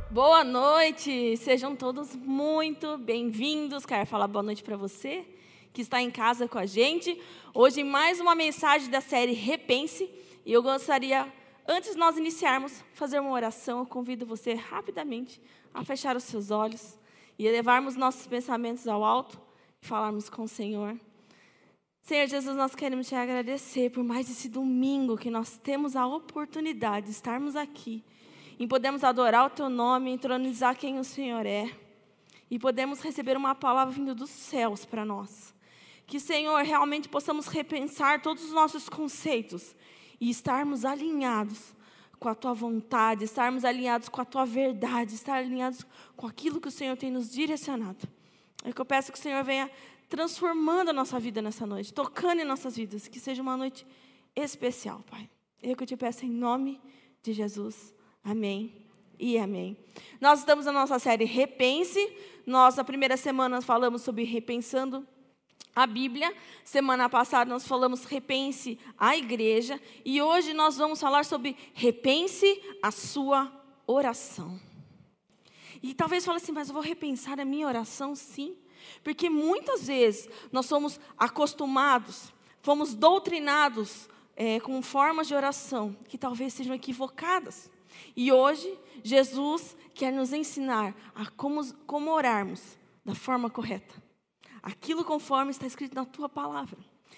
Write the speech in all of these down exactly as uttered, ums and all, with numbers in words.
Boa noite, sejam todos muito bem-vindos. Quero falar boa noite para você que está em casa com a gente. Hoje mais uma mensagem da série Repense. E eu gostaria, antes de nós iniciarmos, fazer uma oração. Eu convido você rapidamente a fechar os seus olhos e elevarmos nossos pensamentos ao alto e falarmos com o Senhor. Senhor Jesus, nós queremos te agradecer por mais esse domingo que nós temos a oportunidade de estarmos aqui e podemos adorar o teu nome, entronizar quem o Senhor é. E podemos receber uma palavra vindo dos céus para nós. Que, Senhor, realmente possamos repensar todos os nossos conceitos e estarmos alinhados com a tua vontade, estarmos alinhados com a tua verdade, estar alinhados com aquilo que o Senhor tem nos direcionado. É que eu peço que o Senhor venha transformando a nossa vida nessa noite, tocando em nossas vidas, que seja uma noite especial, Pai. Eu que eu te peço em nome de Jesus. Amém e amém. Nós estamos na nossa série Repense. Nós, na primeira semana, falamos sobre repensando a Bíblia. Semana passada, nós falamos repense a igreja. E hoje nós vamos falar sobre repense a sua oração. E talvez fale assim, mas eu vou repensar a minha oração? Sim. Porque muitas vezes nós somos acostumados, fomos doutrinados é, com formas de oração que talvez sejam equivocadas. E hoje, Jesus quer nos ensinar a como, como orarmos da forma correta. Aquilo conforme está escrito na tua palavra.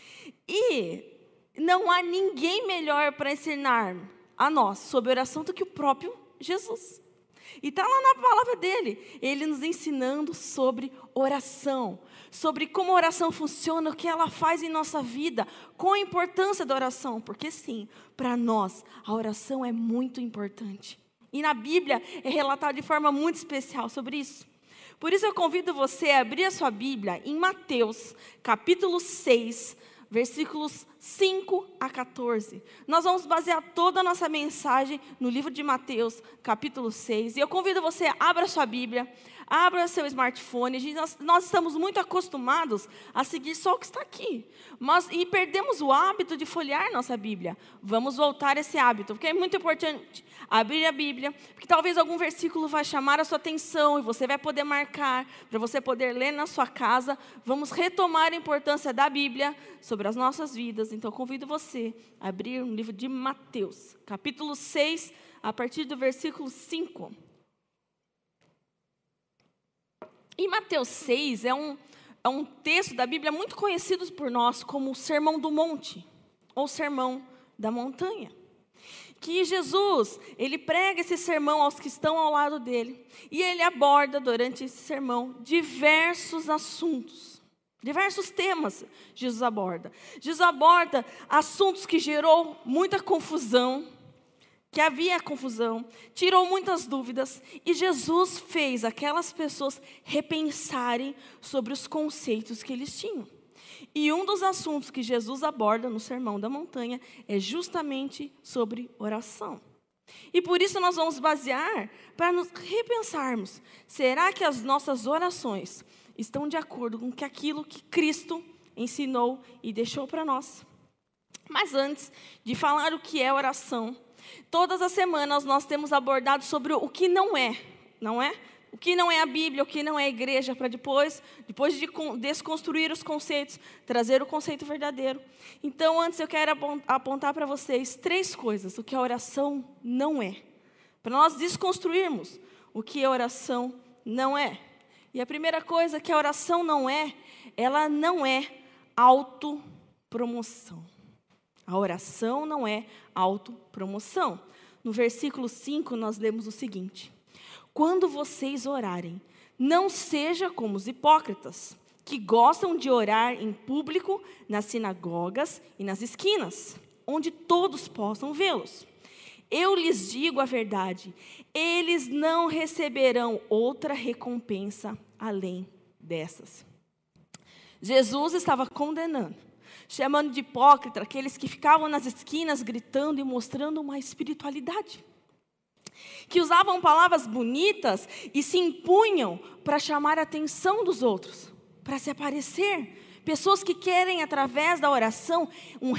E não há ninguém melhor para ensinar a nós sobre oração do que o próprio Jesus. E está lá na palavra dele, ele nos ensinando sobre oração, sobre como a oração funciona, o que ela faz em nossa vida, qual a importância da oração, porque sim, para nós a oração é muito importante. E na Bíblia é relatado de forma muito especial sobre isso. Por isso eu convido você a abrir a sua Bíblia em Mateus, capítulo seis, versículos cinco a quatorze. Nós vamos basear toda a nossa mensagem no livro de Mateus, capítulo seis. E eu convido você a abra a sua Bíblia, abra seu smartphone. Nós, nós estamos muito acostumados a seguir só o que está aqui. Mas, e perdemos o hábito de folhear nossa Bíblia. Vamos voltar a esse hábito, porque é muito importante abrir a Bíblia, porque talvez algum versículo vai chamar a sua atenção e você vai poder marcar, para você poder ler na sua casa. Vamos retomar a importância da Bíblia sobre as nossas vidas. Então, convido você a abrir um livro de Mateus, capítulo seis, a partir do versículo cinco. E Mateus seis é um, é um texto da Bíblia muito conhecido por nós como o Sermão do Monte, ou Sermão da Montanha. Que Jesus, ele prega esse sermão aos que estão ao lado dele, e ele aborda durante esse sermão diversos assuntos. Diversos temas Jesus aborda. Jesus aborda assuntos que gerou muita confusão, que havia confusão, tirou muitas dúvidas, e Jesus fez aquelas pessoas repensarem sobre os conceitos que eles tinham. E um dos assuntos que Jesus aborda no Sermão da Montanha é justamente sobre oração. E por isso nós vamos basear para nos repensarmos. Será que as nossas orações estão de acordo com aquilo que Cristo ensinou e deixou para nós? Mas antes de falar o que é oração, todas as semanas nós temos abordado sobre o que não é, não é? O que não é a Bíblia, o que não é a igreja, para depois, depois de desconstruir os conceitos, trazer o conceito verdadeiro. Então, antes eu quero apontar para vocês três coisas, o que a oração não é. Para nós desconstruirmos o que a oração não é. E a primeira coisa que a oração não é, ela não é autopromoção. A oração não é autopromoção. No versículo cinco, nós lemos o seguinte: quando vocês orarem, não seja como os hipócritas, que gostam de orar em público nas sinagogas e nas esquinas, onde todos possam vê-los. Eu lhes digo a verdade, eles não receberão outra recompensa além dessas. Jesus estava condenando, chamando de hipócrita aqueles que ficavam nas esquinas gritando e mostrando uma espiritualidade, que usavam palavras bonitas e se impunham para chamar a atenção dos outros, para se aparecer. Pessoas que querem, através da oração, um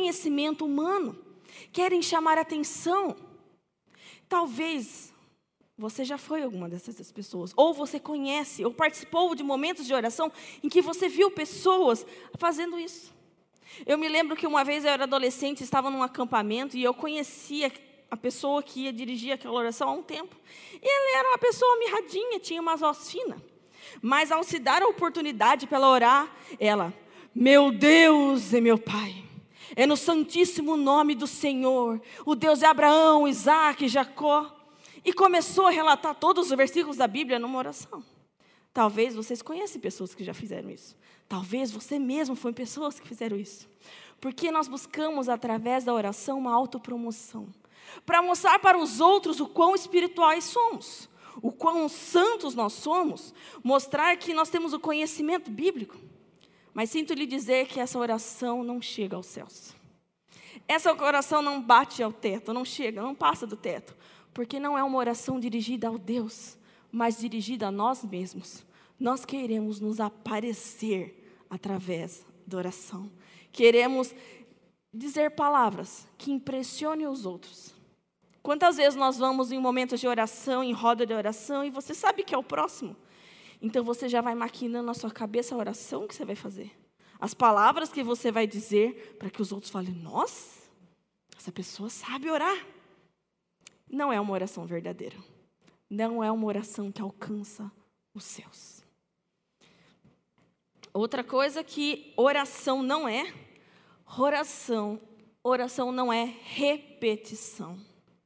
reconhecimento humano, querem chamar a atenção. Talvez Você já foi alguma dessas pessoas, ou você conhece, ou participou de momentos de oração em que você viu pessoas fazendo isso. Eu me lembro que uma vez eu era adolescente, estava num acampamento, e eu conhecia a pessoa que ia dirigir aquela oração há um tempo. E ela era uma pessoa mirradinha, tinha uma voz fina. Mas ao se dar a oportunidade para ela orar, ela, meu Deus é meu Pai. É no santíssimo nome do Senhor, o Deus de Abraão, Isaac e Jacó. E começou a relatar todos os versículos da Bíblia numa oração. Talvez vocês conheçam pessoas que já fizeram isso. Talvez você mesmo foi pessoas que fizeram isso. Porque nós buscamos, através da oração, uma autopromoção. Para mostrar para os outros o quão espirituais somos. O quão santos nós somos. Mostrar que nós temos o conhecimento bíblico. Mas sinto lhe dizer que essa oração não chega aos céus. Essa oração não bate ao teto, não chega, não passa do teto. Porque não é uma oração dirigida ao Deus, mas dirigida a nós mesmos. Nós queremos nos aparecer através da oração. Queremos dizer palavras que impressionem os outros. Quantas vezes nós vamos em momentos de oração, em roda de oração, e você sabe que é o próximo? Então você já vai maquinando na sua cabeça a oração que você vai fazer. As palavras que você vai dizer para que os outros falem, nossa, essa pessoa sabe orar. Não é uma oração verdadeira. Não é uma oração que alcança os céus. Outra coisa que oração não é, oração, oração não é repetição.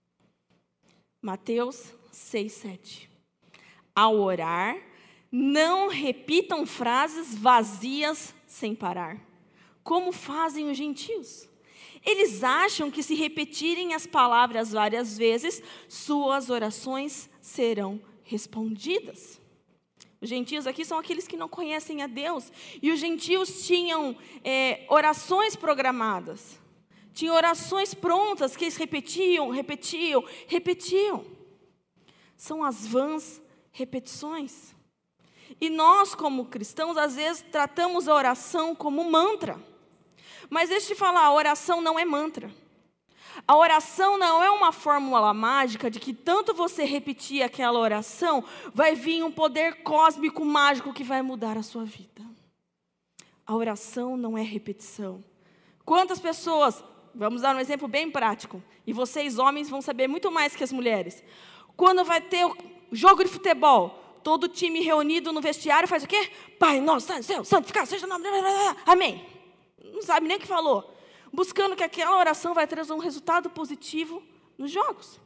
Mateus seis, sete. Ao orar, não repitam frases vazias sem parar, como fazem os gentios. Eles acham que se repetirem as palavras várias vezes, suas orações serão respondidas. Os gentios aqui são aqueles que não conhecem a Deus. E os gentios tinham é, orações programadas. Tinham orações prontas que eles repetiam, repetiam, repetiam. São as vãs repetições. E nós, como cristãos, às vezes tratamos a oração como mantra. Mas deixa eu te falar, a oração não é mantra. A oração não é uma fórmula mágica de que tanto você repetir aquela oração, vai vir um poder cósmico mágico que vai mudar a sua vida. A oração não é repetição. Quantas pessoas, vamos dar um exemplo bem prático, e vocês homens vão saber muito mais que as mulheres. Quando vai ter o jogo de futebol, todo time reunido no vestiário faz o quê? Pai nosso, santo, santificado seja o nome, amém. Não sabe nem o que falou. Buscando que aquela oração vai trazer um resultado positivo nos jogos.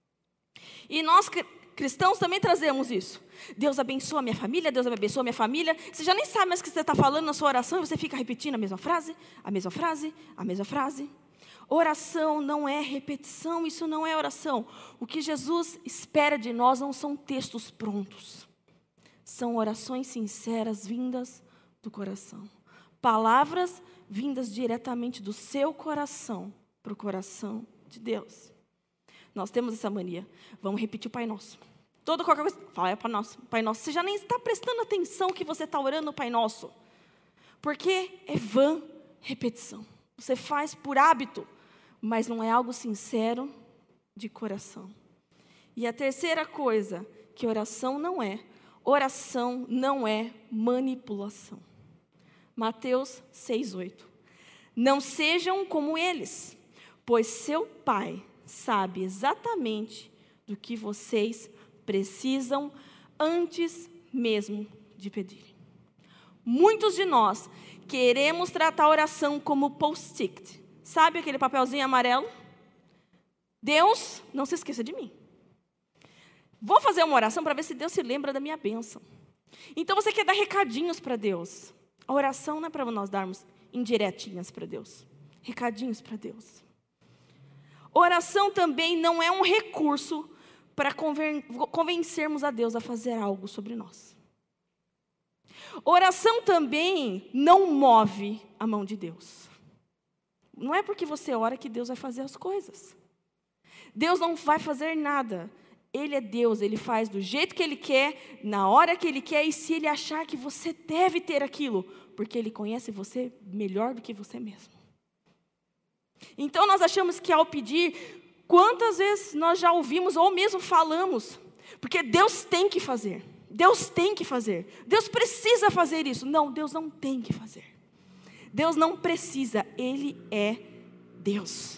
E nós, cristãos, também trazemos isso. Deus abençoa a minha família, Deus abençoa a minha família. Você já nem sabe mais o que você está falando na sua oração e você fica repetindo a mesma frase, a mesma frase, a mesma frase. Oração não é repetição, isso não é oração. O que Jesus espera de nós não são textos prontos. São orações sinceras vindas do coração. Palavras vindas diretamente do seu coração para o coração de Deus. Nós temos essa mania. Vamos repetir o Pai Nosso. Toda qualquer coisa, fala é Pai Nosso. Pai Nosso. Você já nem está prestando atenção que você está orando o Pai Nosso. Porque é vã repetição. Você faz por hábito, mas não é algo sincero de coração. E a terceira coisa que oração não é, oração não é manipulação. Mateus seis, oito. Não sejam como eles, pois seu Pai sabe exatamente do que vocês precisam antes mesmo de pedirem. Muitos de nós queremos tratar a oração como post-it. Sabe aquele papelzinho amarelo? Deus, não se esqueça de mim. Vou fazer uma oração para ver se Deus se lembra da minha bênção. Então você quer dar recadinhos para Deus. A oração não é para nós darmos indiretinhas para Deus, recadinhos para Deus. Oração também não é um recurso para convencermos a Deus a fazer algo sobre nós. Oração também não move a mão de Deus. Não é porque você ora que Deus vai fazer as coisas. Deus não vai fazer nada. Ele é Deus, Ele faz do jeito que Ele quer, na hora que Ele quer, e se Ele achar que você deve ter aquilo, porque Ele conhece você melhor do que você mesmo. Então nós achamos que ao pedir, quantas vezes nós já ouvimos, ou mesmo falamos, Porque Deus tem que fazer. Deus tem que fazer. Deus precisa fazer isso. Não, Deus não tem que fazer. Deus não precisa. Ele é Deus.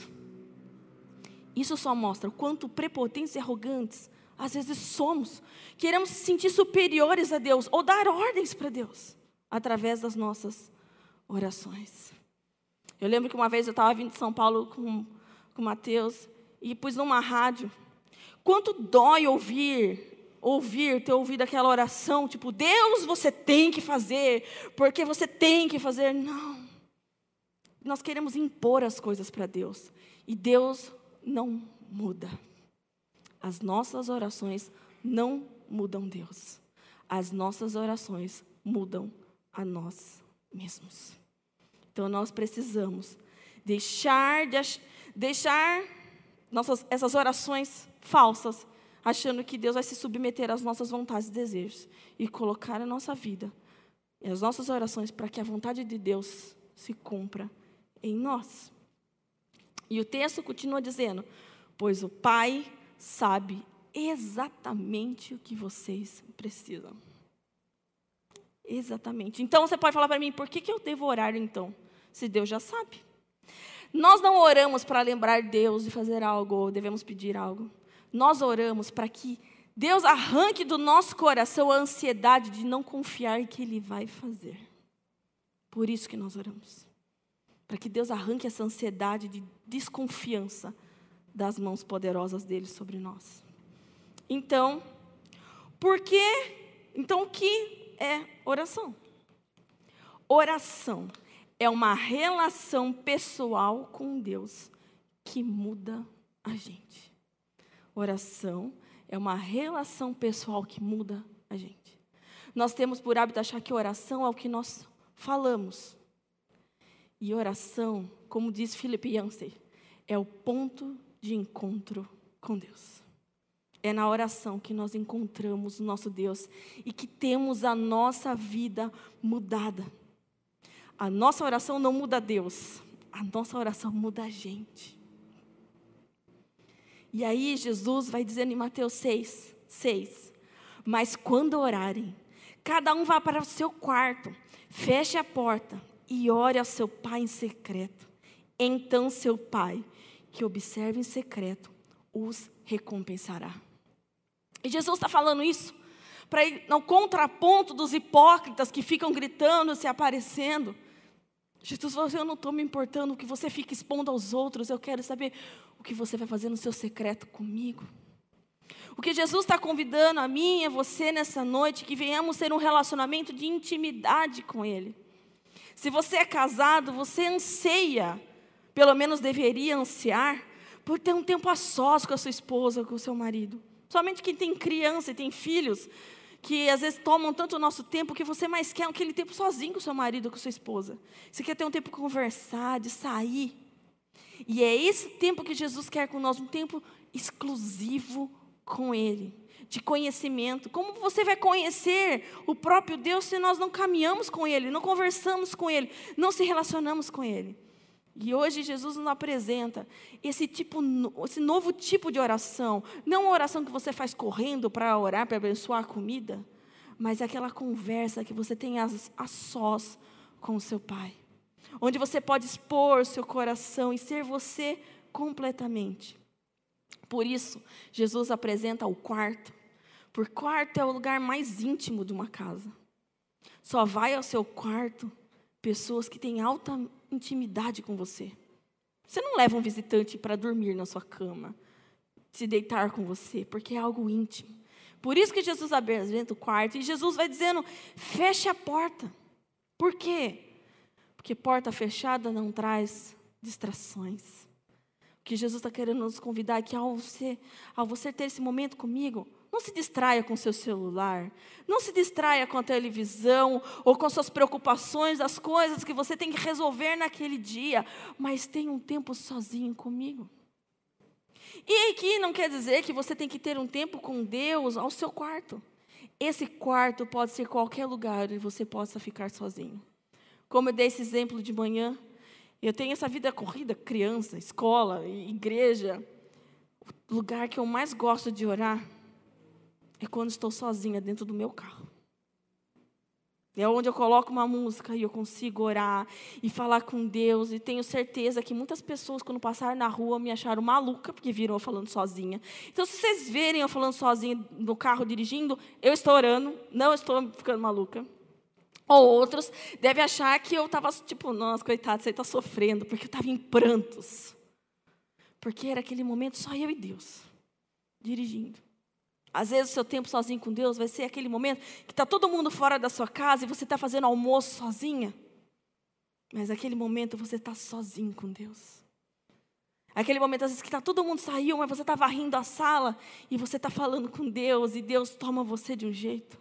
Isso só mostra o quanto prepotentes e arrogantes às vezes somos. Queremos se sentir superiores a Deus ou dar ordens para Deus através das nossas orações. Eu lembro que uma vez eu estava vindo de São Paulo com, com o Mateus e pus numa rádio. Quanto dói ouvir, ouvir, ter ouvido aquela oração, tipo, Deus, você tem que fazer, porque você tem que fazer. Não. Nós queremos impor as coisas para Deus. E Deus não muda. As nossas orações não mudam Deus. As nossas orações mudam a nós mesmos. Então nós precisamos deixar, de, deixar nossas, essas orações falsas, achando que Deus vai se submeter às nossas vontades e desejos, e colocar a nossa vida e as nossas orações para que a vontade de Deus se cumpra em nós. E o texto continua dizendo, pois o Pai sabe exatamente o que vocês precisam. Exatamente. Então você pode falar para mim, por que, que eu devo orar então? Se Deus já sabe. Nós não oramos para lembrar Deus de fazer algo, ou devemos pedir algo. Nós oramos para que Deus arranque do nosso coração a ansiedade de não confiar que Ele vai fazer. Por isso que nós oramos. Para que Deus arranque essa ansiedade de desconfiança das mãos poderosas dEle sobre nós. Então, por que? Então, o que é oração? Oração é uma relação pessoal com Deus que muda a gente. Oração é uma relação pessoal que muda a gente. Nós temos por hábito achar que oração é o que nós falamos. E oração, como diz Philip Yancey, é o ponto de encontro com Deus. É na oração que nós encontramos o nosso Deus e que temos a nossa vida mudada. A nossa oração não muda Deus, a nossa oração muda a gente. E aí Jesus vai dizendo em Mateus seis, seis, mas quando orarem, cada um vá para o seu quarto, feche a porta e ore ao seu pai em secreto. Então seu pai, que observa em secreto, os recompensará. E Jesus está falando isso para ir no contraponto dos hipócritas que ficam gritando, se aparecendo. Jesus falou, eu não estou me importando o que você fica expondo aos outros, eu quero saber o que você vai fazer no seu secreto comigo. O que Jesus está convidando a mim e a você nessa noite, que venhamos ter um relacionamento de intimidade com Ele. Se você é casado, você anseia, pelo menos deveria ansiar, por ter um tempo a sós com a sua esposa, ou com o seu marido. Somente quem tem criança e tem filhos, que às vezes tomam tanto o nosso tempo, que você mais quer aquele tempo sozinho com o seu marido ou com a sua esposa. Você quer ter um tempo de conversar, de sair. E é esse tempo que Jesus quer com nós, um tempo exclusivo com Ele, de conhecimento. Como você vai conhecer o próprio Deus se nós não caminhamos com Ele, não conversamos com Ele, não se relacionamos com Ele? E hoje Jesus nos apresenta esse, tipo, esse novo tipo de oração. Não uma oração que você faz correndo para orar, para abençoar a comida, mas aquela conversa que você tem a, a sós com o seu Pai. Onde você pode expor seu coração e ser você completamente. Por isso, Jesus apresenta o quarto. Por quarto é o lugar mais íntimo de uma casa. Só vai ao seu quarto pessoas que têm alta intimidade com você. Você não leva um visitante para dormir na sua cama, se deitar com você, porque é algo íntimo. Por isso que Jesus apresenta o quarto, e Jesus vai dizendo, feche a porta. Por quê? Porque porta fechada não traz distrações. O que Jesus está querendo nos convidar é que ao você, ao você ter esse momento comigo, não se distraia com o seu celular, não se distraia com a televisão ou com suas preocupações, as coisas que você tem que resolver naquele dia, mas tenha um tempo sozinho comigo. E aqui não quer dizer que você tem que ter um tempo com Deus ao seu quarto. Esse quarto pode ser qualquer lugar onde você possa ficar sozinho. Como eu dei esse exemplo de manhã, eu tenho essa vida corrida, criança, escola, igreja. O lugar que eu mais gosto de orar é quando estou sozinha dentro do meu carro. É onde eu coloco uma música e eu consigo orar e falar com Deus. E tenho certeza que muitas pessoas, quando passaram na rua, me acharam maluca, porque viram eu falando sozinha. Então, se vocês verem eu falando sozinha no carro, dirigindo, eu estou orando, não estou ficando maluca. Ou outros devem achar que eu estava, tipo, nossa, coitado, você está sofrendo, porque eu estava em prantos. Porque era aquele momento só eu e Deus, dirigindo. Às vezes o seu tempo sozinho com Deus vai ser aquele momento que está todo mundo fora da sua casa e você está fazendo almoço sozinha. Mas aquele momento você está sozinho com Deus. Aquele momento às vezes que está todo mundo saiu, mas você está varrendo a sala e você está falando com Deus e Deus toma você de um jeito.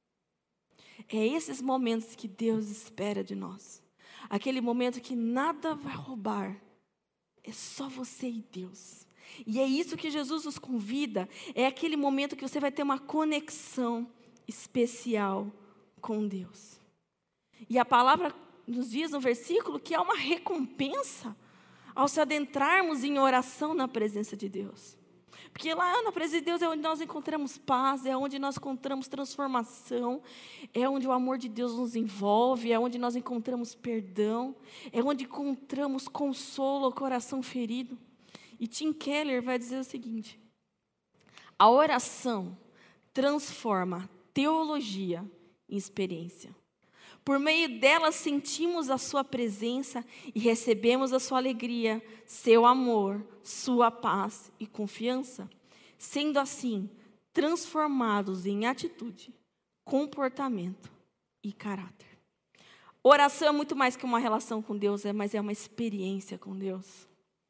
É esses momentos que Deus espera de nós. Aquele momento que nada vai roubar. É só você e Deus. E é isso que Jesus nos convida. É aquele momento que você vai ter uma conexão especial com Deus. E a palavra nos diz no versículo que há uma recompensa ao se adentrarmos em oração na presença de Deus. Porque lá na presença de Deus é onde nós encontramos paz, é onde nós encontramos transformação, é onde o amor de Deus nos envolve, é onde nós encontramos perdão, é onde encontramos consolo ao coração ferido. E Tim Keller vai dizer o seguinte: a oração transforma teologia em experiência. Por meio dela sentimos a sua presença e recebemos a sua alegria, seu amor, sua paz e confiança. Sendo assim, transformados em atitude, comportamento e caráter. Oração é muito mais que uma relação com Deus, é, mas é uma experiência com Deus.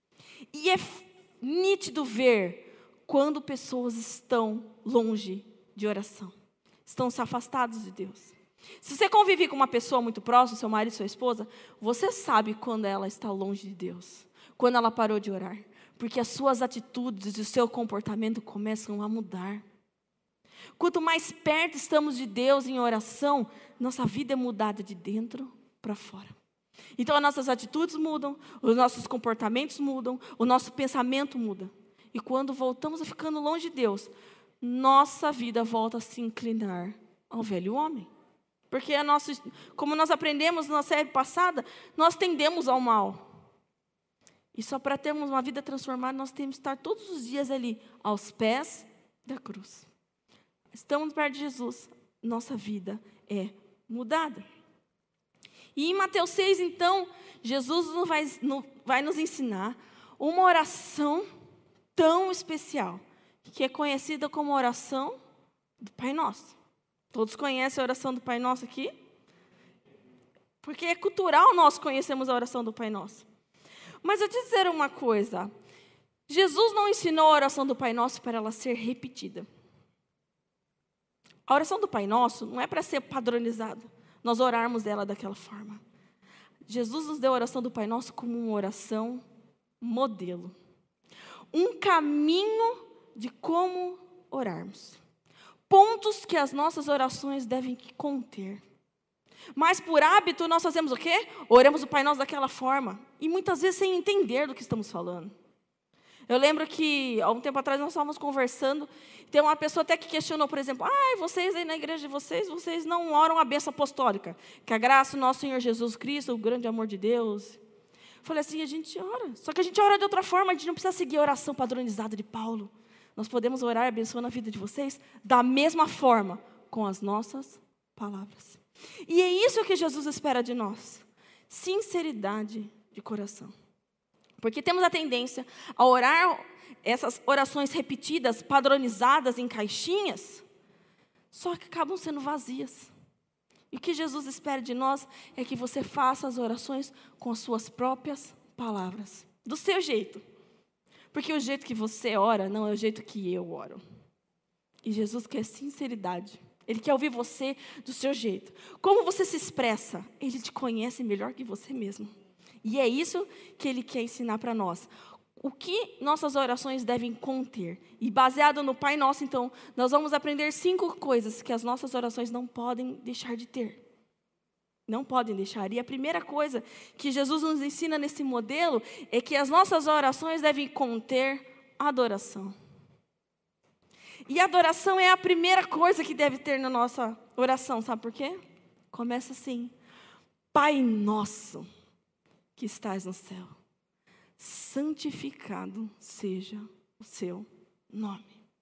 E é nítido ver quando pessoas estão longe de oração, estão se afastados de Deus. Se você convive com uma pessoa muito próxima, seu marido, sua esposa, você sabe quando ela está longe de Deus, quando ela parou de orar, porque as suas atitudes e o seu comportamento começam a mudar. Quanto mais perto estamos de Deus em oração, nossa vida é mudada de dentro para fora. Então as nossas atitudes mudam, os nossos comportamentos mudam, o nosso pensamento muda. E quando voltamos a ficando longe de Deus, nossa vida volta a se inclinar ao velho homem. Porque a nossa, como nós aprendemos na série passada, nós tendemos ao mal. E só para termos uma vida transformada, nós temos que estar todos os dias ali, aos pés da cruz. Estamos perto de Jesus, nossa vida é mudada. E em Mateus seis, então, Jesus vai, vai nos ensinar uma oração tão especial, que é conhecida como a oração do Pai Nosso. Todos conhecem a oração do Pai Nosso aqui? Porque é cultural nós conhecemos a oração do Pai Nosso. Mas eu te dizer uma coisa, Jesus não ensinou a oração do Pai Nosso para ela ser repetida. A oração do Pai Nosso não é para ser padronizada, nós orarmos ela daquela forma. Jesus nos deu a oração do Pai Nosso como uma oração modelo. Um caminho de como orarmos. Pontos que as nossas orações devem conter. Mas por hábito nós fazemos o quê? Oramos o Pai Nosso daquela forma. E muitas vezes sem entender do que estamos falando. Eu lembro que, há um tempo atrás, nós estávamos conversando, tem uma pessoa até que questionou, por exemplo, ah, vocês aí na igreja de vocês, vocês não oram a bênção apostólica, que a graça do nosso Senhor Jesus Cristo, o grande amor de Deus. Eu falei assim, a gente ora, só que a gente ora de outra forma, a gente não precisa seguir a oração padronizada de Paulo. Nós podemos orar abençoando a vida de vocês da mesma forma, com as nossas palavras. E é isso que Jesus espera de nós, sinceridade de coração. Porque temos a tendência a orar essas orações repetidas, padronizadas em caixinhas, só que acabam sendo vazias. E o que Jesus espera de nós é que você faça as orações com as suas próprias palavras, do seu jeito. Porque o jeito que você ora não é o jeito que eu oro. E Jesus quer sinceridade. Ele quer ouvir você do seu jeito. Como você se expressa, Ele te conhece melhor que você mesmo. E é isso que Ele quer ensinar para nós. O que nossas orações devem conter. E baseado no Pai Nosso, então, nós vamos aprender cinco coisas que as nossas orações não podem deixar de ter. Não podem deixar. E a primeira coisa que Jesus nos ensina nesse modelo é que as nossas orações devem conter adoração. E adoração é a primeira coisa que deve ter na nossa oração, sabe por quê? Começa assim: Pai nosso que estás no céu, santificado seja o seu nome.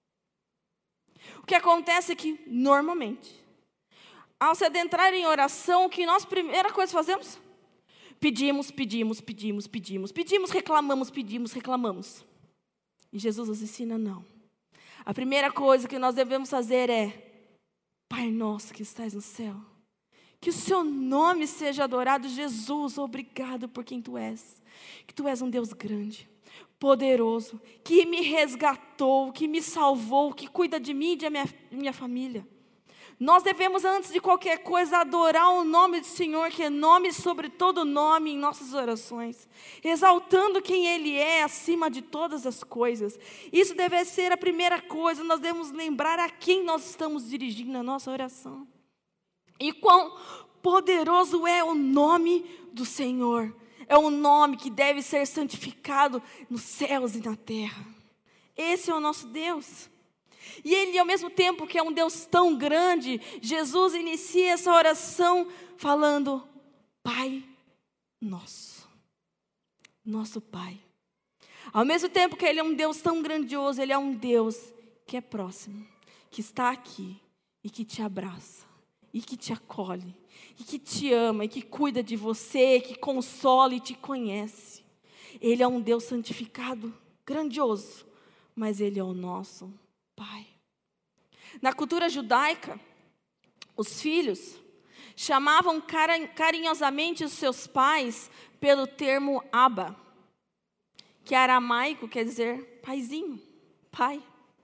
O que acontece é que, normalmente, ao se adentrar em oração, o que nós, primeira coisa fazemos? Pedimos, pedimos, pedimos, pedimos, pedimos, reclamamos, pedimos, reclamamos. E Jesus nos ensina, não. A primeira coisa que nós devemos fazer é: Pai nosso que estás no céu, que o seu nome seja adorado. Jesus, obrigado por quem tu és. Que tu és um Deus grande, poderoso, que me resgatou, que me salvou, que cuida de mim e da minha, minha família. Nós devemos, antes de qualquer coisa, adorar o nome do Senhor, que é nome sobre todo nome, em nossas orações, exaltando quem Ele é acima de todas as coisas. Isso deve ser a primeira coisa. Nós devemos lembrar a quem nós estamos dirigindo a nossa oração. E quão poderoso é o nome do Senhor. É um nome que deve ser santificado nos céus e na terra. Esse é o nosso Deus. E Ele, ao mesmo tempo que é um Deus tão grande, Jesus inicia essa oração falando: Pai nosso, nosso Pai. Ao mesmo tempo que Ele é um Deus tão grandioso, Ele é um Deus que é próximo, que está aqui e que te abraça, e que te acolhe, e que te ama, e que cuida de você, que consola e te conhece. Ele é um Deus santificado, grandioso, mas Ele é o nosso Pai. Na cultura judaica, os filhos chamavam carinhosamente os seus pais pelo termo Abba, que aramaico quer dizer paizinho, pai.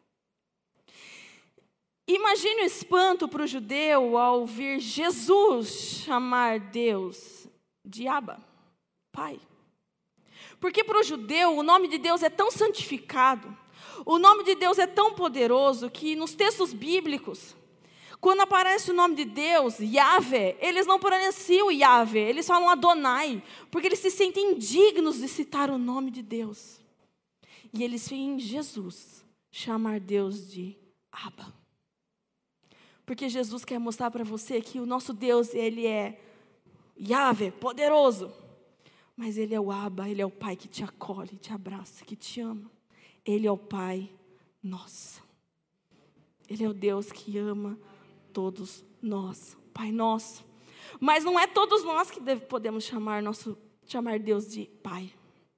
Imagine o espanto para o judeu ao ouvir Jesus chamar Deus de Abba, pai. Porque para o judeu o nome de Deus é tão santificado, o nome de Deus é tão poderoso, que nos textos bíblicos, quando aparece o nome de Deus, Yahvé, eles não pronunciam Yahvé, eles falam Adonai, porque eles se sentem indignos de citar o nome de Deus. E eles veem em Jesus chamar Deus de Abba. Porque Jesus quer mostrar para você que o nosso Deus, Ele é Yahvé, poderoso, mas Ele é o Abba, Ele é o Pai que te acolhe, te abraça, que te ama. Ele é o Pai nosso. Ele é o Deus que ama todos nós, Pai nosso. Mas não é todos nós que deve, podemos chamar, nosso, chamar Deus de Pai.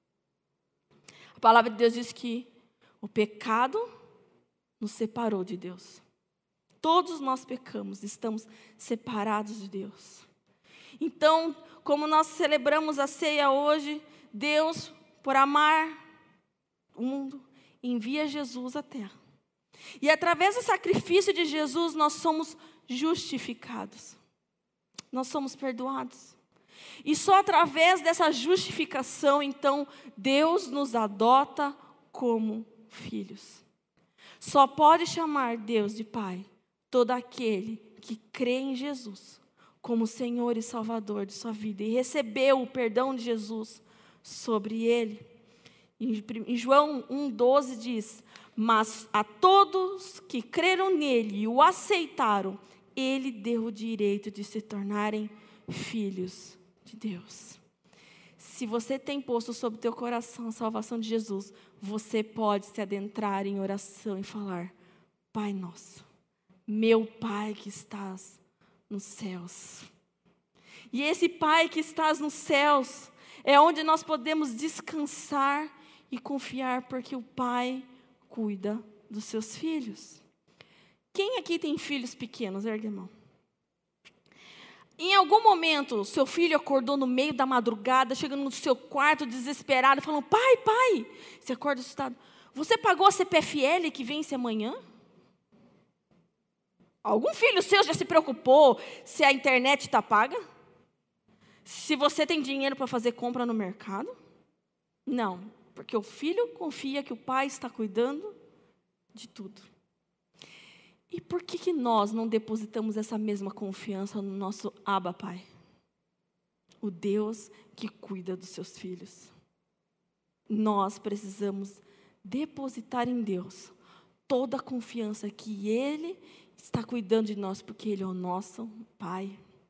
A palavra de Deus diz que o pecado nos separou de Deus. Todos nós pecamos, estamos separados de Deus. Então, como nós celebramos a ceia hoje, Deus, por amar o mundo, envia Jesus à terra. E através do sacrifício de Jesus, nós somos justificados. Nós somos perdoados. E só através dessa justificação, então, Deus nos adota como filhos. Só pode chamar Deus de Pai todo aquele que crê em Jesus como Senhor e Salvador de sua vida e recebeu o perdão de Jesus sobre ele. Em João um, doze diz: mas a todos que creram nele e o aceitaram, ele deu o direito de se tornarem filhos de Deus. Se você tem posto sobre o teu coração a salvação de Jesus, você pode se adentrar em oração e falar: Pai nosso, meu Pai que estás nos céus. E esse Pai que estás nos céus é onde nós podemos descansar e confiar, porque o Pai cuida dos seus filhos. Quem aqui tem filhos pequenos? Ergue a mão. Em algum momento, o seu filho acordou no meio da madrugada, chegando no seu quarto desesperado, falando: pai, pai. Você acorda assustado. Você pagou a C P F L que vence amanhã? Algum filho seu já se preocupou se a internet está paga? Se você tem dinheiro para fazer compra no mercado? Não, porque o filho confia que o pai está cuidando de tudo. E por que, que nós não depositamos essa mesma confiança no nosso Abba Pai? O Deus que cuida dos seus filhos. Nós precisamos depositar em Deus toda a confiança que Ele está cuidando de nós, porque Ele é o nosso Pai.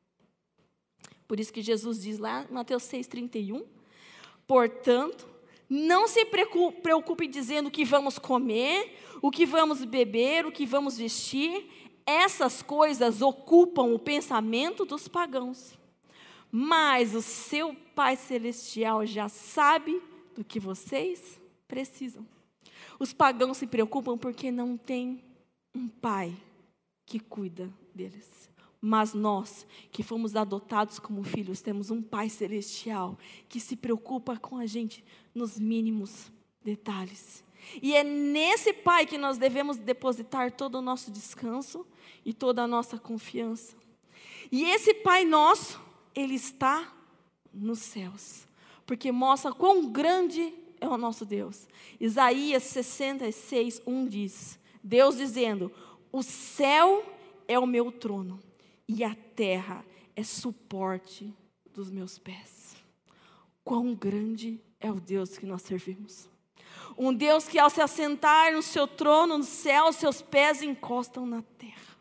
Por isso que Jesus diz lá em Mateus seis, trinta e um, portanto, não se preocupe dizendo o que vamos comer, o que vamos beber, o que vamos vestir. Essas coisas ocupam o pensamento dos pagãos. Mas o seu Pai Celestial já sabe do que vocês precisam. Os pagãos se preocupam porque não têm um pai que cuida deles. Mas nós, que fomos adotados como filhos, temos um Pai Celestial que se preocupa com a gente nos mínimos detalhes. E é nesse Pai que nós devemos depositar todo o nosso descanso e toda a nossa confiança. E esse Pai nosso, Ele está nos céus, porque mostra quão grande é o nosso Deus. Isaías sessenta e seis, um diz, Deus dizendo, o céu é o meu trono, e a terra é suporte dos meus pés. Quão grande é o Deus que nós servimos. Um Deus que ao se assentar no seu trono, no céu, seus pés encostam na terra.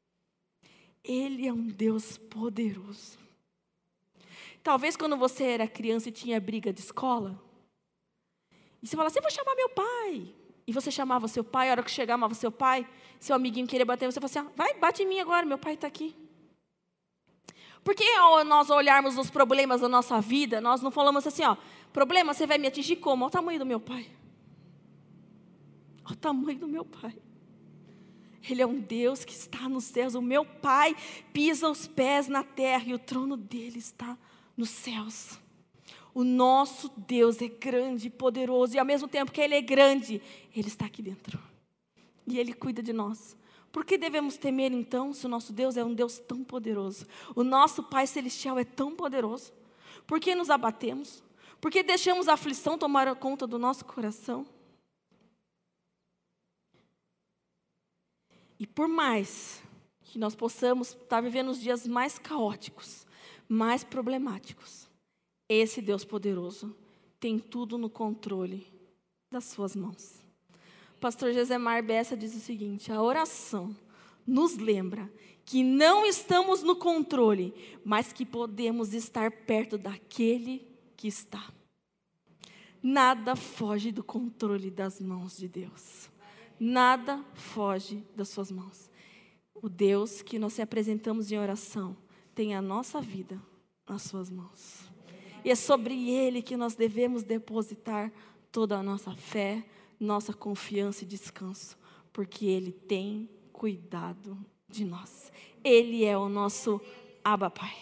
Ele é um Deus poderoso. Talvez quando você era criança e tinha briga de escola, e você falava assim, eu vou chamar meu pai. E você chamava seu pai, a hora que chegava seu pai, seu amiguinho queria bater, você falava assim, vai, bate em mim agora, meu pai está aqui. Porque ao nós olharmos os problemas da nossa vida, nós não falamos assim, ó, problema, você vai me atingir como? Olha o tamanho do meu pai. Olha o tamanho do meu pai. Ele é um Deus que está nos céus. O meu pai pisa os pés na terra e o trono dele está nos céus. O nosso Deus é grande e poderoso. E ao mesmo tempo que Ele é grande, Ele está aqui dentro. E Ele cuida de nós. Por que devemos temer então, se o nosso Deus é um Deus tão poderoso? O nosso Pai Celestial é tão poderoso. Por que nos abatemos? Por que deixamos a aflição tomar conta do nosso coração? E por mais que nós possamos estar vivendo os dias mais caóticos, mais problemáticos, esse Deus poderoso tem tudo no controle das suas mãos. O pastor Gesemar Bessa diz o seguinte, a oração nos lembra que não estamos no controle, mas que podemos estar perto daquele que está. Nada foge do controle das mãos de Deus. Nada foge das suas mãos. O Deus que nós apresentamos em oração tem a nossa vida nas suas mãos. E é sobre Ele que nós devemos depositar toda a nossa fé, nossa confiança e descanso, porque Ele tem cuidado de nós. Ele é o nosso Abba Pai.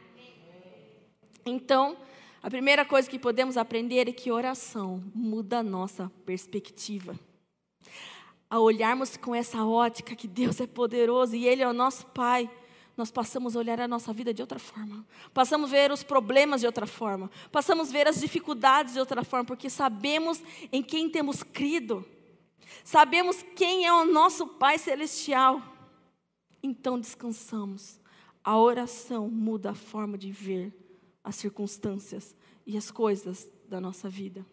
Então, a primeira coisa que podemos aprender é que oração muda a nossa perspectiva. Ao olharmos com essa ótica que Deus é poderoso e Ele é o nosso Pai, nós passamos a olhar a nossa vida de outra forma. Passamos a ver os problemas de outra forma. Passamos a ver as dificuldades de outra forma, porque sabemos em quem temos crido. Sabemos quem é o nosso Pai Celestial. Então descansamos. A oração muda a forma de ver as circunstâncias e as coisas da nossa vida.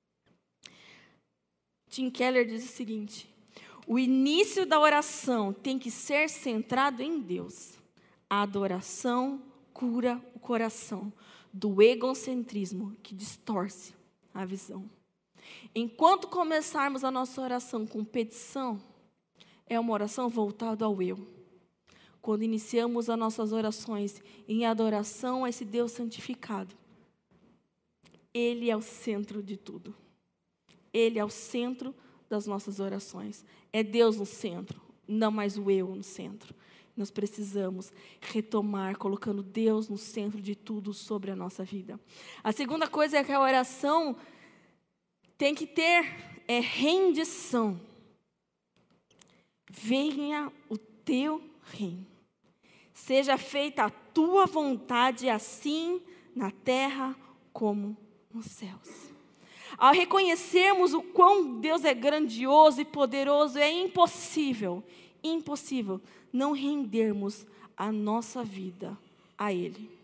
Tim Keller diz o seguinte, o início da oração tem que ser centrado em Deus. A adoração cura o coração do egocentrismo que distorce a visão. Enquanto começarmos a nossa oração com petição, é uma oração voltada ao eu. Quando iniciamos as nossas orações em adoração a esse Deus santificado, Ele é o centro de tudo. Ele é o centro das nossas orações. É Deus no centro, não mais o eu no centro. Nós precisamos retomar, colocando Deus no centro de tudo sobre a nossa vida. A segunda coisa é que a oração tem que ter é rendição. Venha o teu reino. Seja feita a tua vontade, assim na terra como nos céus. Ao reconhecermos o quão Deus é grandioso e poderoso, é impossível, impossível não rendermos a nossa vida a Ele.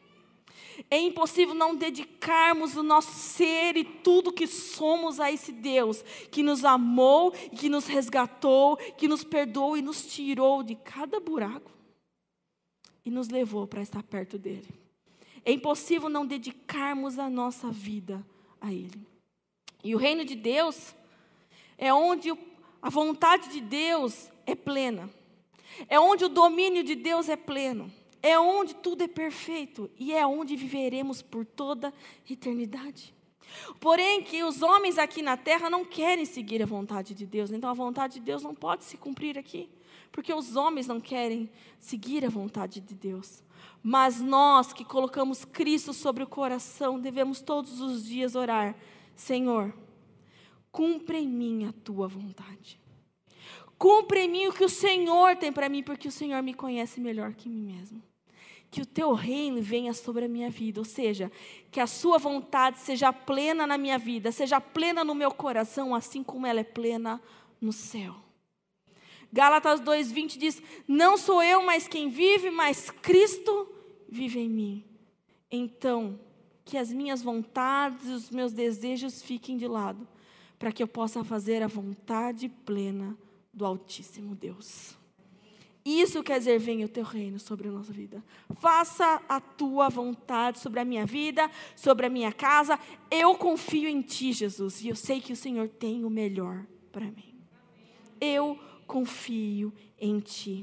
É impossível não dedicarmos o nosso ser e tudo que somos a esse Deus, que nos amou, que nos resgatou, que nos perdoou e nos tirou de cada buraco e nos levou para estar perto dele. É impossível não dedicarmos a nossa vida a ele. E o reino de Deus é onde a vontade de Deus é plena. É onde o domínio de Deus é pleno. É onde tudo é perfeito e é onde viveremos por toda a eternidade. Porém, que os homens aqui na terra não querem seguir a vontade de Deus. Então, a vontade de Deus não pode se cumprir aqui. Porque os homens não querem seguir a vontade de Deus. Mas nós que colocamos Cristo sobre o coração, devemos todos os dias orar: Senhor, cumpre em mim a tua vontade. Cumpre em mim o que o Senhor tem para mim, porque o Senhor me conhece melhor que mim mesmo. Que o teu reino venha sobre a minha vida, ou seja, que a sua vontade seja plena na minha vida, seja plena no meu coração, assim como ela é plena no céu. Gálatas dois, vinte diz: não sou eu mais quem vive, mas Cristo vive em mim. Então, que as minhas vontades e os meus desejos fiquem de lado, para que eu possa fazer a vontade plena do Altíssimo Deus. Isso quer dizer: venha o teu reino sobre a nossa vida. Faça a tua vontade sobre a minha vida, sobre a minha casa. Eu confio em ti, Jesus, e eu sei que o Senhor tem o melhor para mim. Eu confio em ti.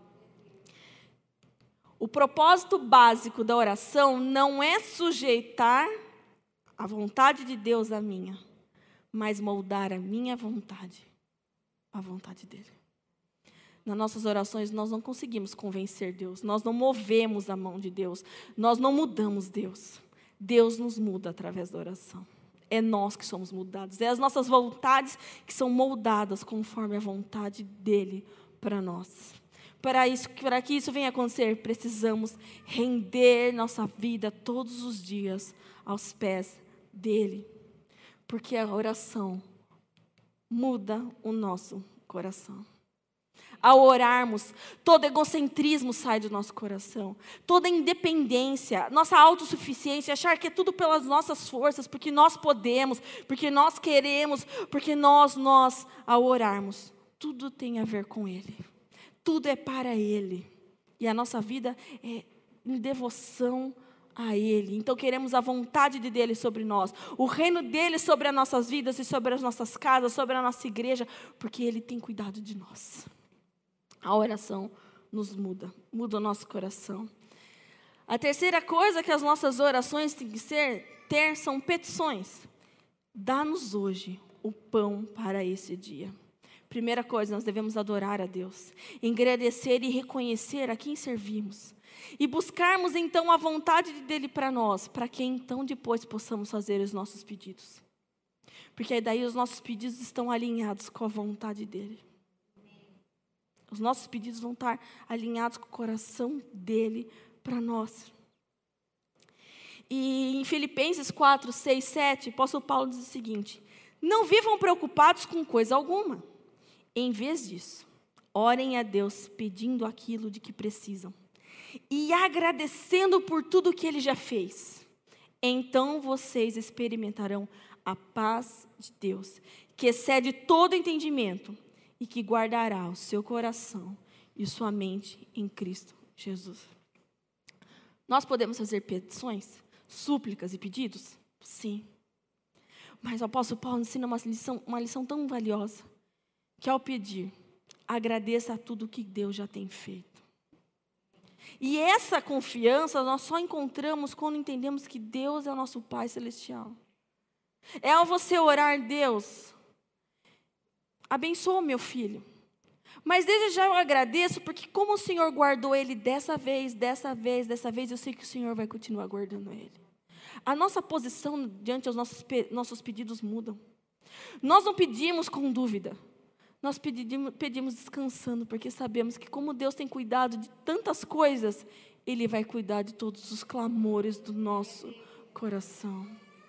O propósito básico da oração não é sujeitar a vontade de Deus à minha, mas moldar a minha vontade à vontade dele. Nas nossas orações, nós não conseguimos convencer Deus, nós não movemos a mão de Deus, nós não mudamos Deus. Deus nos muda através da oração. É nós que somos mudados, é as nossas vontades que são moldadas conforme a vontade dele para nós. Para isso, para que isso venha acontecer, precisamos render nossa vida todos os dias aos pés dele, porque a oração muda o nosso coração. Ao orarmos, todo egocentrismo sai do nosso coração, toda independência, nossa autossuficiência, achar que é tudo pelas nossas forças, porque nós podemos, porque nós queremos, porque nós, nós, ao orarmos, tudo tem a ver com ele, tudo é para ele, e a nossa vida é em devoção a ele. Então queremos a vontade de dele sobre nós, o reino dele sobre as nossas vidas e sobre as nossas casas, sobre a nossa igreja, porque ele tem cuidado de nós. A oração nos muda, muda o nosso coração. A terceira coisa que as nossas orações têm que ser, ter são petições. Dá-nos hoje o pão para esse dia. Primeira coisa, nós devemos adorar a Deus, agradecer e reconhecer a quem servimos. E buscarmos então a vontade dele para nós, para que então depois possamos fazer os nossos pedidos. Porque aí daí os nossos pedidos estão alinhados com a vontade dele. Os nossos pedidos vão estar alinhados com o coração dele para nós. E em Filipenses quatro, seis, sete, o apóstolo Paulo diz o seguinte: não vivam preocupados com coisa alguma. Em vez disso, orem a Deus pedindo aquilo de que precisam e agradecendo por tudo que ele já fez. Então vocês experimentarão a paz de Deus, que excede todo entendimento, e que guardará o seu coração e sua mente em Cristo Jesus. Nós podemos fazer petições, súplicas e pedidos? Sim. Mas o apóstolo Paulo ensina uma lição, uma lição tão valiosa, que ao pedir, agradeça a tudo que Deus já tem feito. E essa confiança nós só encontramos quando entendemos que Deus é o nosso Pai Celestial. É ao você orar: Deus, abençoa o meu filho. Mas desde já eu agradeço, porque como o Senhor guardou ele dessa vez, dessa vez, dessa vez, eu sei que o Senhor vai continuar guardando ele. A nossa posição diante dos nossos, nossos pedidos mudam. Nós não pedimos com dúvida. Nós pedimos, pedimos descansando, porque sabemos que como Deus tem cuidado de tantas coisas, ele vai cuidar de todos os clamores do nosso coração.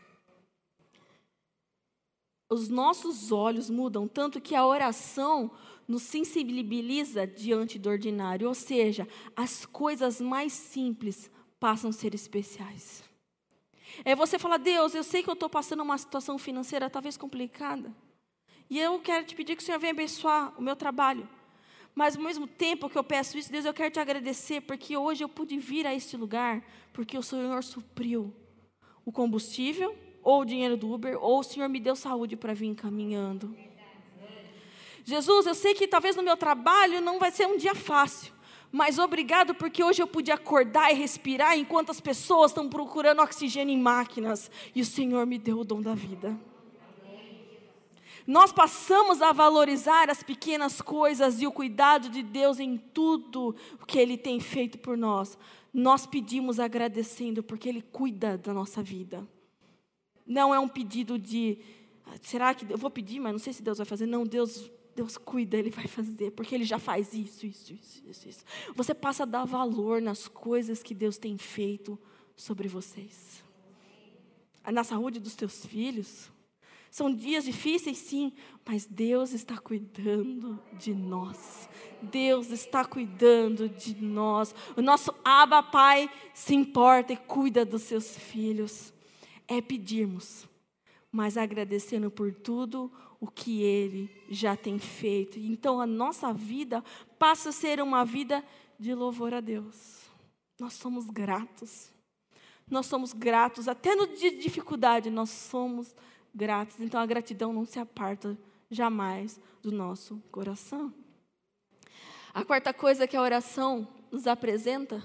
Os nossos olhos mudam, tanto que a oração nos sensibiliza diante do ordinário. Ou seja, as coisas mais simples passam a ser especiais. É você falar, Deus, eu sei que eu estou passando uma situação financeira talvez complicada. E eu quero te pedir que o Senhor venha abençoar o meu trabalho. Mas ao mesmo tempo que eu peço isso, Deus, eu quero te agradecer, porque hoje eu pude vir a este lugar, porque o Senhor supriu o combustível, ou o dinheiro do Uber, ou o Senhor me deu saúde para vir caminhando. Jesus, eu sei que talvez no meu trabalho não vai ser um dia fácil, mas obrigado porque hoje eu pude acordar e respirar enquanto as pessoas estão procurando oxigênio em máquinas, e o Senhor me deu o dom da vida. Nós passamos a valorizar as pequenas coisas e o cuidado de Deus em tudo o que Ele tem feito por nós. Nós pedimos agradecendo porque Ele cuida da nossa vida. Não é um pedido de, será que eu vou pedir, mas não sei se Deus vai fazer. Não, Deus, Deus cuida, Ele vai fazer, porque Ele já faz isso, isso, isso, isso, isso. Você passa a dar valor nas coisas que Deus tem feito sobre vocês. Na saúde dos teus filhos. São dias difíceis, sim, mas Deus está cuidando de nós. Deus está cuidando de nós. O nosso Abba Pai se importa e cuida dos seus filhos. É pedirmos, mas agradecendo por tudo o que Ele já tem feito. Então a nossa vida passa a ser uma vida de louvor a Deus. Nós somos gratos. Nós somos gratos, até no dia de dificuldade nós somos gratos. Gratos, então a gratidão não se aparta jamais do nosso coração. A quarta coisa que a oração nos apresenta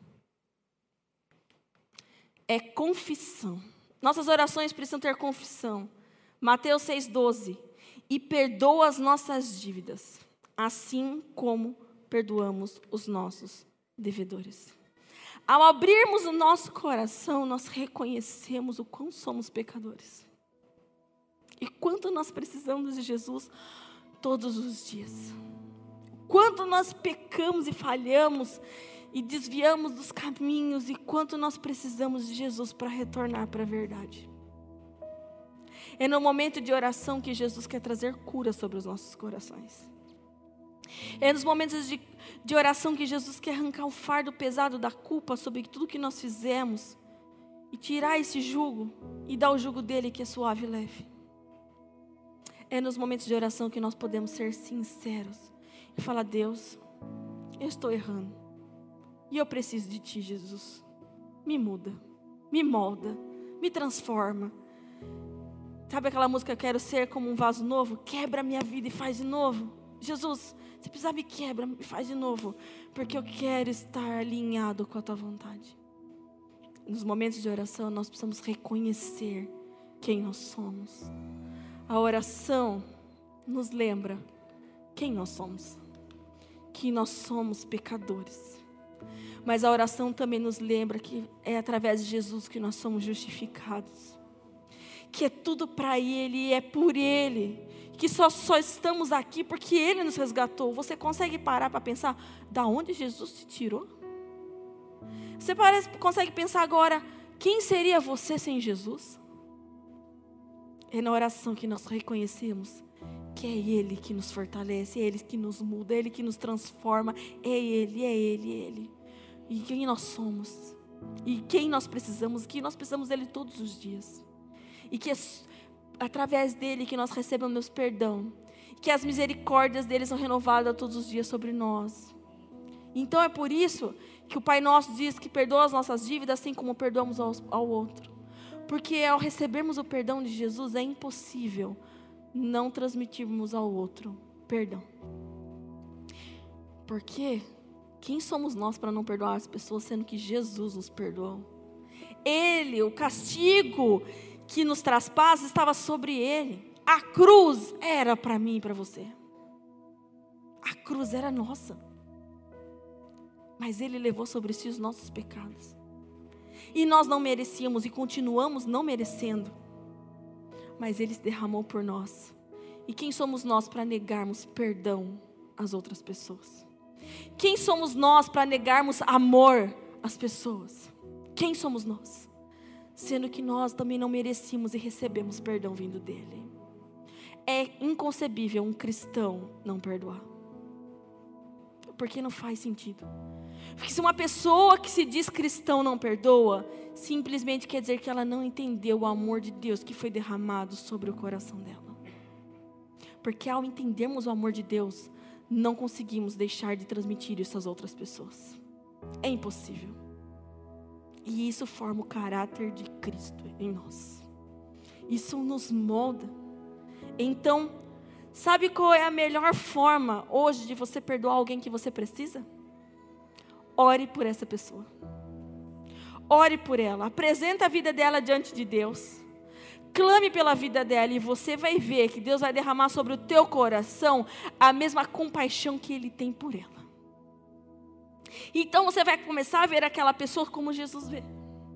é confissão. Nossas orações precisam ter confissão. Mateus seis, doze. E perdoa as nossas dívidas, assim como perdoamos os nossos devedores. Ao abrirmos o nosso coração, nós reconhecemos o quão somos pecadores. E quanto nós precisamos de Jesus todos os dias. Quanto nós pecamos e falhamos e desviamos dos caminhos. E quanto nós precisamos de Jesus para retornar para a verdade. É no momento de oração que Jesus quer trazer cura sobre os nossos corações. É nos momentos de, de oração que Jesus quer arrancar o fardo pesado da culpa sobre tudo que nós fizemos. E tirar esse jugo e dar o jugo dele que é suave e leve. É nos momentos de oração que nós podemos ser sinceros e falar, Deus, eu estou errando e eu preciso de Ti, Jesus. Me muda, me molda, me transforma. Sabe aquela música, eu quero ser como um vaso novo? Quebra a minha vida e faz de novo. Jesus, se precisar me quebra e faz de novo, porque eu quero estar alinhado com a Tua vontade. Nos momentos de oração nós precisamos reconhecer quem nós somos. A oração nos lembra quem nós somos, que nós somos pecadores. Mas a oração também nos lembra que é através de Jesus que nós somos justificados. Que é tudo para Ele e é por Ele. Que só, só estamos aqui porque Ele nos resgatou. Você consegue parar para pensar, da onde Jesus te tirou? Você parece, consegue pensar agora, quem seria você sem Jesus? É na oração que nós reconhecemos que é Ele que nos fortalece, é Ele que nos muda, é Ele que nos transforma, é Ele, é Ele, é Ele. E quem nós somos, e quem nós precisamos, que nós precisamos dEle todos os dias. E que é através dEle que nós recebemos perdão, que as misericórdias dEle são renovadas todos os dias sobre nós. Então é por isso que o Pai Nosso diz que perdoa as nossas dívidas assim como perdoamos ao, ao outro. Porque ao recebermos o perdão de Jesus é impossível não transmitirmos ao outro perdão. Porque quem somos nós para não perdoar as pessoas, sendo que Jesus nos perdoou? Ele, o castigo que nos traz paz estava sobre Ele. A cruz era para mim e para você. A cruz era nossa. Mas Ele levou sobre si os nossos pecados. E nós não merecíamos e continuamos não merecendo. Mas Ele se derramou por nós. E quem somos nós para negarmos perdão às outras pessoas? Quem somos nós para negarmos amor às pessoas? Quem somos nós? Sendo que nós também não merecíamos e recebemos perdão vindo dEle. É inconcebível um cristão não perdoar. porque não faz sentido. Porque se uma pessoa que se diz cristão não perdoa, simplesmente quer dizer que ela não entendeu o amor de Deus que foi derramado sobre o coração dela. Porque ao entendermos o amor de Deus, não conseguimos deixar de transmitir isso às outras pessoas. É impossível. E isso forma o caráter de Cristo em nós. Isso nos molda. Então, sabe qual é a melhor forma hoje de você perdoar alguém que você precisa? Ore por essa pessoa. Ore por ela. Apresenta a vida dela diante de Deus. Clame pela vida dela e você vai ver que Deus vai derramar sobre o teu coração a mesma compaixão que Ele tem por ela. Então você vai começar a ver aquela pessoa como Jesus vê.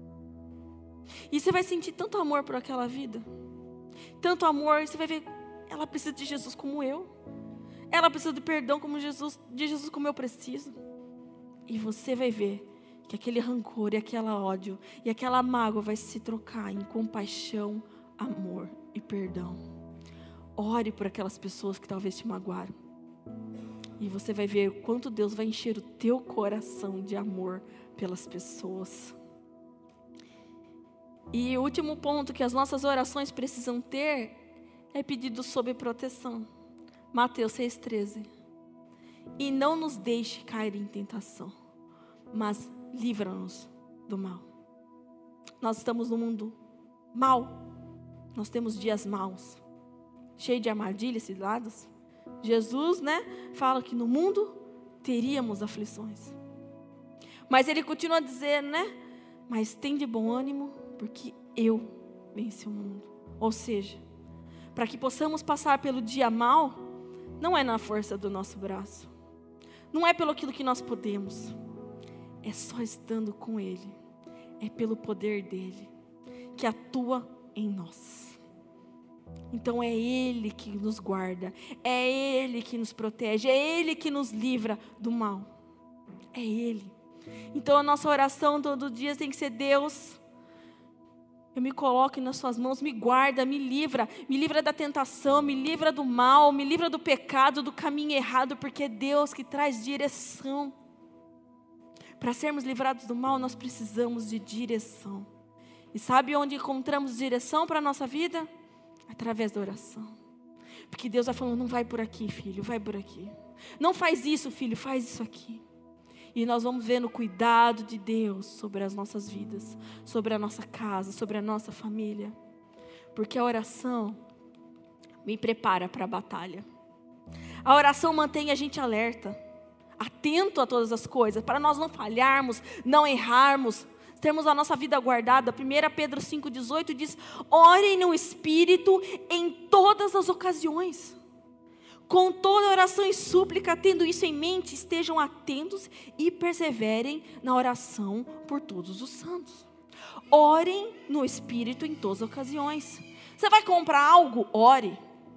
E você vai sentir tanto amor por aquela vida. Tanto amor, você vai ver, ela precisa de Jesus como eu. Ela precisa de perdão como Jesus, de Jesus como eu preciso. E você vai ver que aquele rancor e aquele ódio e aquela mágoa vai se trocar em compaixão, amor e perdão. Ore por aquelas pessoas que talvez te magoaram. E você vai ver o quanto Deus vai encher o teu coração de amor pelas pessoas. E o último ponto que as nossas orações precisam ter é pedido sob proteção. Mateus seis, treze. E não nos deixe cair em tentação, mas livra-nos do mal. Nós estamos no mundo mau. Nós temos dias maus, cheio de armadilhas e lados. Jesus, né, fala que no mundo teríamos aflições. Mas Ele continua a dizer, né, mas tem de bom ânimo, porque eu venci o mundo. Ou seja, para que possamos passar pelo dia mau, não é na força do nosso braço. Não é pelo aquilo que nós podemos. É só estando com Ele. É pelo poder dEle, que atua em nós. Então é Ele que nos guarda, é Ele que nos protege, é Ele que nos livra do mal. É Ele. Então a nossa oração todo dia tem que ser: Deus, eu me coloco nas suas mãos, me guarda, me livra, me livra da tentação, me livra do mal, me livra do pecado, do caminho errado, porque é Deus que traz direção. Para sermos livrados do mal, nós precisamos de direção. E sabe onde encontramos direção para a nossa vida? Através da oração. Porque Deus vai falando: não vai por aqui, filho, vai por aqui. Não faz isso, filho, faz isso aqui. E nós vamos vendo o cuidado de Deus sobre as nossas vidas, sobre a nossa casa, sobre a nossa família. Porque a oração me prepara para a batalha. A oração mantém a gente alerta, atento a todas as coisas, para nós não falharmos, não errarmos, termos a nossa vida guardada. primeira Pedro cinco, dezoito diz: orem no Espírito em todas as ocasiões. Com toda oração e súplica, tendo isso em mente, estejam atentos e perseverem na oração por todos os santos. Orem no Espírito em todas as ocasiões. Você vai comprar algo? Ore.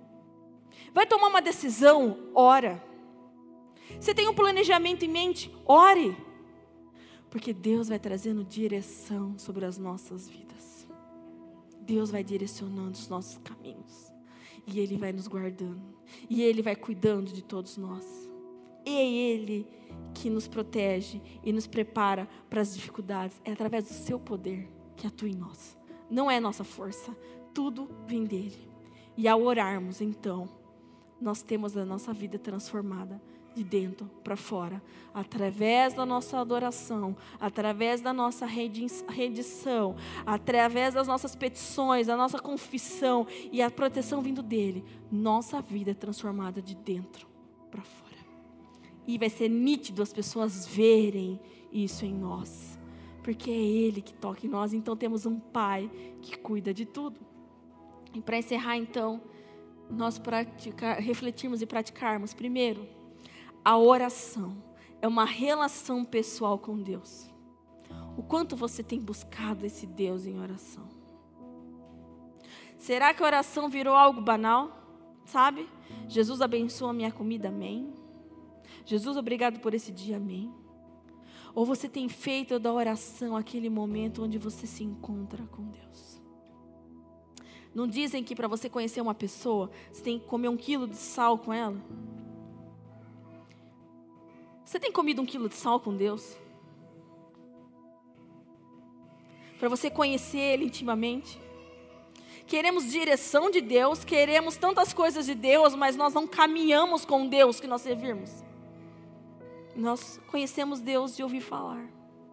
Vai tomar uma decisão? Ora. Você tem um planejamento em mente? Ore. Porque Deus vai trazendo direção sobre as nossas vidas. Deus vai direcionando os nossos caminhos. E Ele vai nos guardando. E Ele vai cuidando de todos nós. E é Ele que nos protege e nos prepara para as dificuldades. É através do seu poder que atua em nós. Não é nossa força. Tudo vem dEle. E ao orarmos, então, nós temos a nossa vida transformada de dentro para fora, através da nossa adoração, através da nossa rendição, através das nossas petições, da nossa confissão e a proteção vindo dEle, nossa vida é transformada de dentro para fora. E vai ser nítido as pessoas verem isso em nós, porque é Ele que toca em nós. Então temos um Pai que cuida de tudo. E para encerrar, então, nós praticar, refletirmos e praticarmos. Primeiro, a oração é uma relação pessoal com Deus. O quanto você tem buscado esse Deus em oração? Será que a oração virou algo banal? Sabe? Jesus abençoa a minha comida, amém. Jesus, obrigado por esse dia, amém. Ou você tem feito da oração aquele momento onde você se encontra com Deus? Não dizem que para você conhecer uma pessoa, você tem que comer um quilo de sal com ela? Você tem comido um quilo de sal com Deus? Para você conhecer Ele intimamente? Queremos direção de Deus, queremos tantas coisas de Deus, mas nós não caminhamos com Deus que nós servimos. Nós conhecemos Deus de ouvir falar,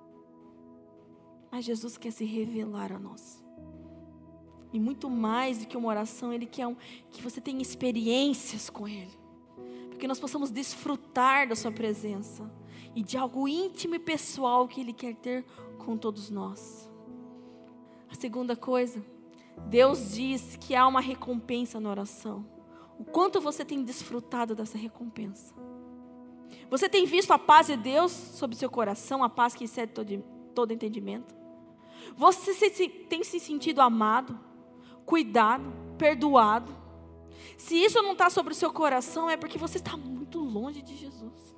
mas Jesus quer se revelar a nós. E muito mais do que uma oração, Ele quer um, que você tenha experiências com Ele. Que nós possamos desfrutar da sua presença e de algo íntimo e pessoal que Ele quer ter com todos nós. A segunda coisa, Deus diz que há uma recompensa na oração. O quanto você tem desfrutado dessa recompensa? Você tem visto a paz de Deus sobre o seu coração, a paz que excede todo, todo entendimento? Você se, tem se sentido amado, cuidado, perdoado? Se isso não está sobre o seu coração, é porque você está muito longe de Jesus.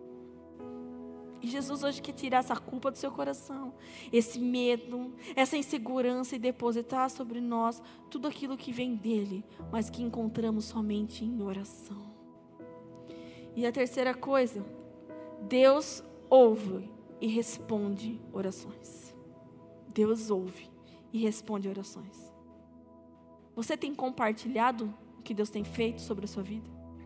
E Jesus hoje quer tirar essa culpa do seu coração, esse medo, essa insegurança, e depositar sobre nós tudo aquilo que vem dele, mas que encontramos somente em oração. E a terceira coisa, Deus ouve e responde orações. Deus ouve e responde orações. Você tem compartilhado o que Deus tem feito sobre a sua vida?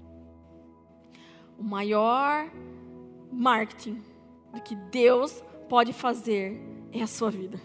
O maior marketing do que Deus pode fazer é a sua vida.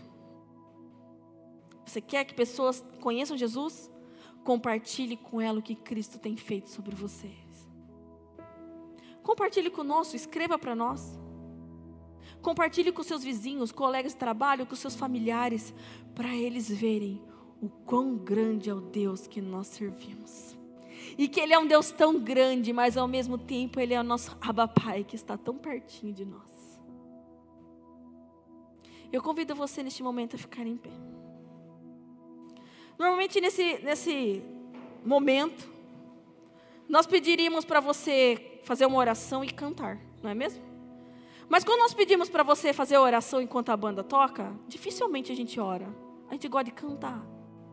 Você quer que pessoas conheçam Jesus? Compartilhe com ela o que Cristo tem feito sobre vocês. Compartilhe conosco, escreva para nós. Compartilhe com seus vizinhos, colegas de trabalho, com seus familiares, para eles verem o quão grande é o Deus que nós servimos. E que Ele é um Deus tão grande, mas ao mesmo tempo Ele é o nosso Abba Pai, que está tão pertinho de nós. Eu convido você neste momento a ficar em pé. Normalmente nesse, nesse momento, nós pediríamos para você fazer uma oração e cantar, não é mesmo? Mas quando nós pedimos para você fazer a oração enquanto a banda toca, dificilmente a gente ora. A gente gosta de cantar.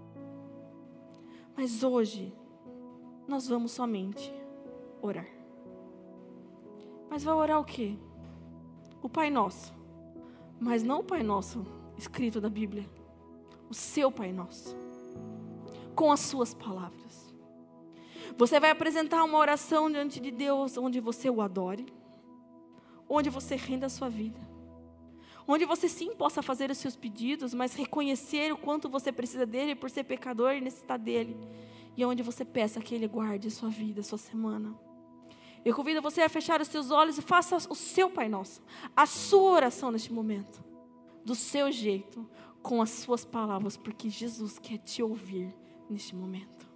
Mas hoje, nós vamos somente orar. Mas vai orar o quê? O Pai Nosso. Mas não o Pai Nosso escrito da Bíblia. O seu Pai Nosso. Com as suas palavras. Você vai apresentar uma oração diante de Deus, onde você o adore. Onde você renda a sua vida. Onde você sim possa fazer os seus pedidos, mas reconhecer o quanto você precisa dele por ser pecador e necessitar dele. E onde você peça que ele guarde a sua vida, a sua semana. Eu convido você a fechar os seus olhos e faça o seu Pai Nosso. A sua oração neste momento. Do seu jeito, com as suas palavras, porque Jesus quer te ouvir neste momento.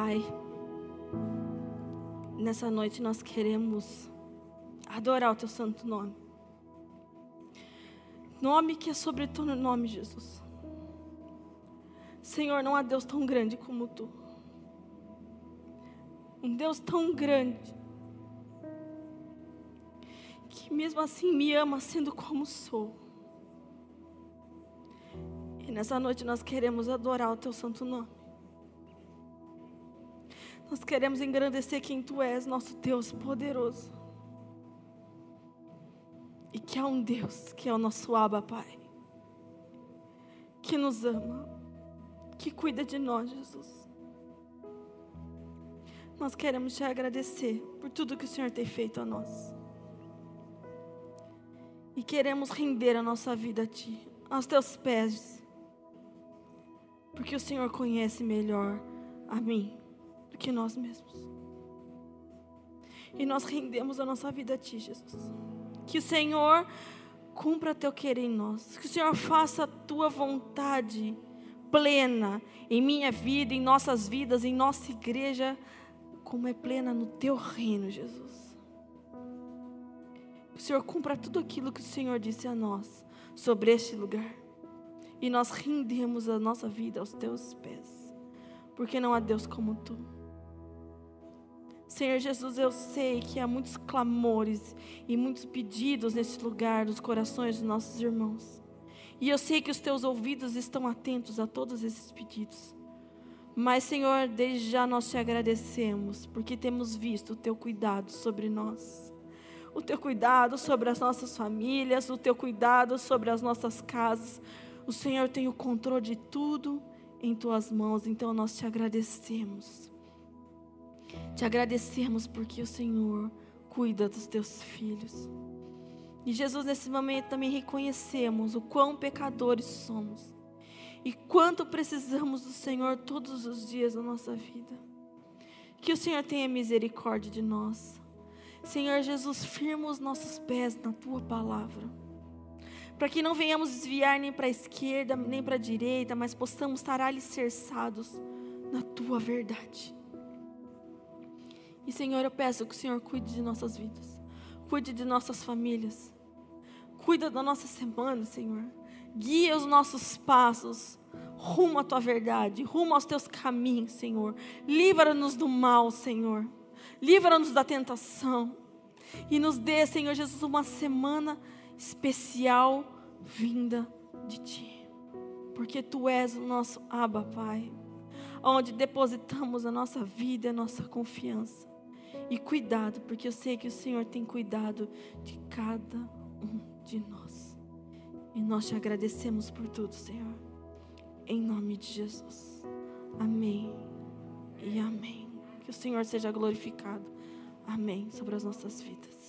Pai, nessa noite nós queremos adorar o Teu santo nome. Nome que é sobre todo nome, Jesus. Senhor, não há Deus tão grande como Tu. Um Deus tão grande, que mesmo assim me ama sendo como sou. E nessa noite nós queremos adorar o Teu santo nome. Nós queremos engrandecer quem Tu és, nosso Deus poderoso. E que há um Deus, que é o nosso Abba, Pai, que nos ama, que cuida de nós, Jesus. Nós queremos Te agradecer por tudo que o Senhor tem feito a nós. E queremos render a nossa vida a Ti, aos Teus pés. Porque o Senhor conhece melhor a mim do que nós mesmos. E nós rendemos a nossa vida a Ti, Jesus. Que o Senhor cumpra Teu querer em nós. Que o Senhor faça a Tua vontade plena em minha vida, em nossas vidas, em nossa igreja, como é plena no Teu reino, Jesus. Que o Senhor cumpra tudo aquilo que o Senhor disse a nós sobre este lugar. E nós rendemos a nossa vida aos Teus pés. Porque não há Deus como Tu. Senhor Jesus, eu sei que há muitos clamores e muitos pedidos nesse lugar, nos corações dos nossos irmãos. E eu sei que os Teus ouvidos estão atentos a todos esses pedidos. Mas, Senhor, desde já nós Te agradecemos, porque temos visto o Teu cuidado sobre nós. O Teu cuidado sobre as nossas famílias, o Teu cuidado sobre as nossas casas. O Senhor tem o controle de tudo em Tuas mãos, então nós Te agradecemos. Te agradecemos porque o Senhor cuida dos Teus filhos. E Jesus, nesse momento também reconhecemos o quão pecadores somos. E quanto precisamos do Senhor todos os dias da nossa vida. Que o Senhor tenha misericórdia de nós. Senhor Jesus, firma os nossos pés na Tua palavra. Para que não venhamos desviar nem para a esquerda, nem para a direita, mas possamos estar alicerçados na Tua verdade. E, Senhor, eu peço que o Senhor cuide de nossas vidas. Cuide de nossas famílias. Cuida da nossa semana, Senhor. Guia os nossos passos rumo à Tua verdade, rumo aos Teus caminhos, Senhor. Livra-nos do mal, Senhor. Livra-nos da tentação. E nos dê, Senhor Jesus, uma semana especial vinda de Ti. Porque Tu és o nosso Abba, Pai. Onde depositamos a nossa vida, a nossa confiança. E cuidado, porque eu sei que o Senhor tem cuidado de cada um de nós. E nós Te agradecemos por tudo, Senhor. Em nome de Jesus. Amém e amém. Que o Senhor seja glorificado. Amém. Sobre as nossas vidas.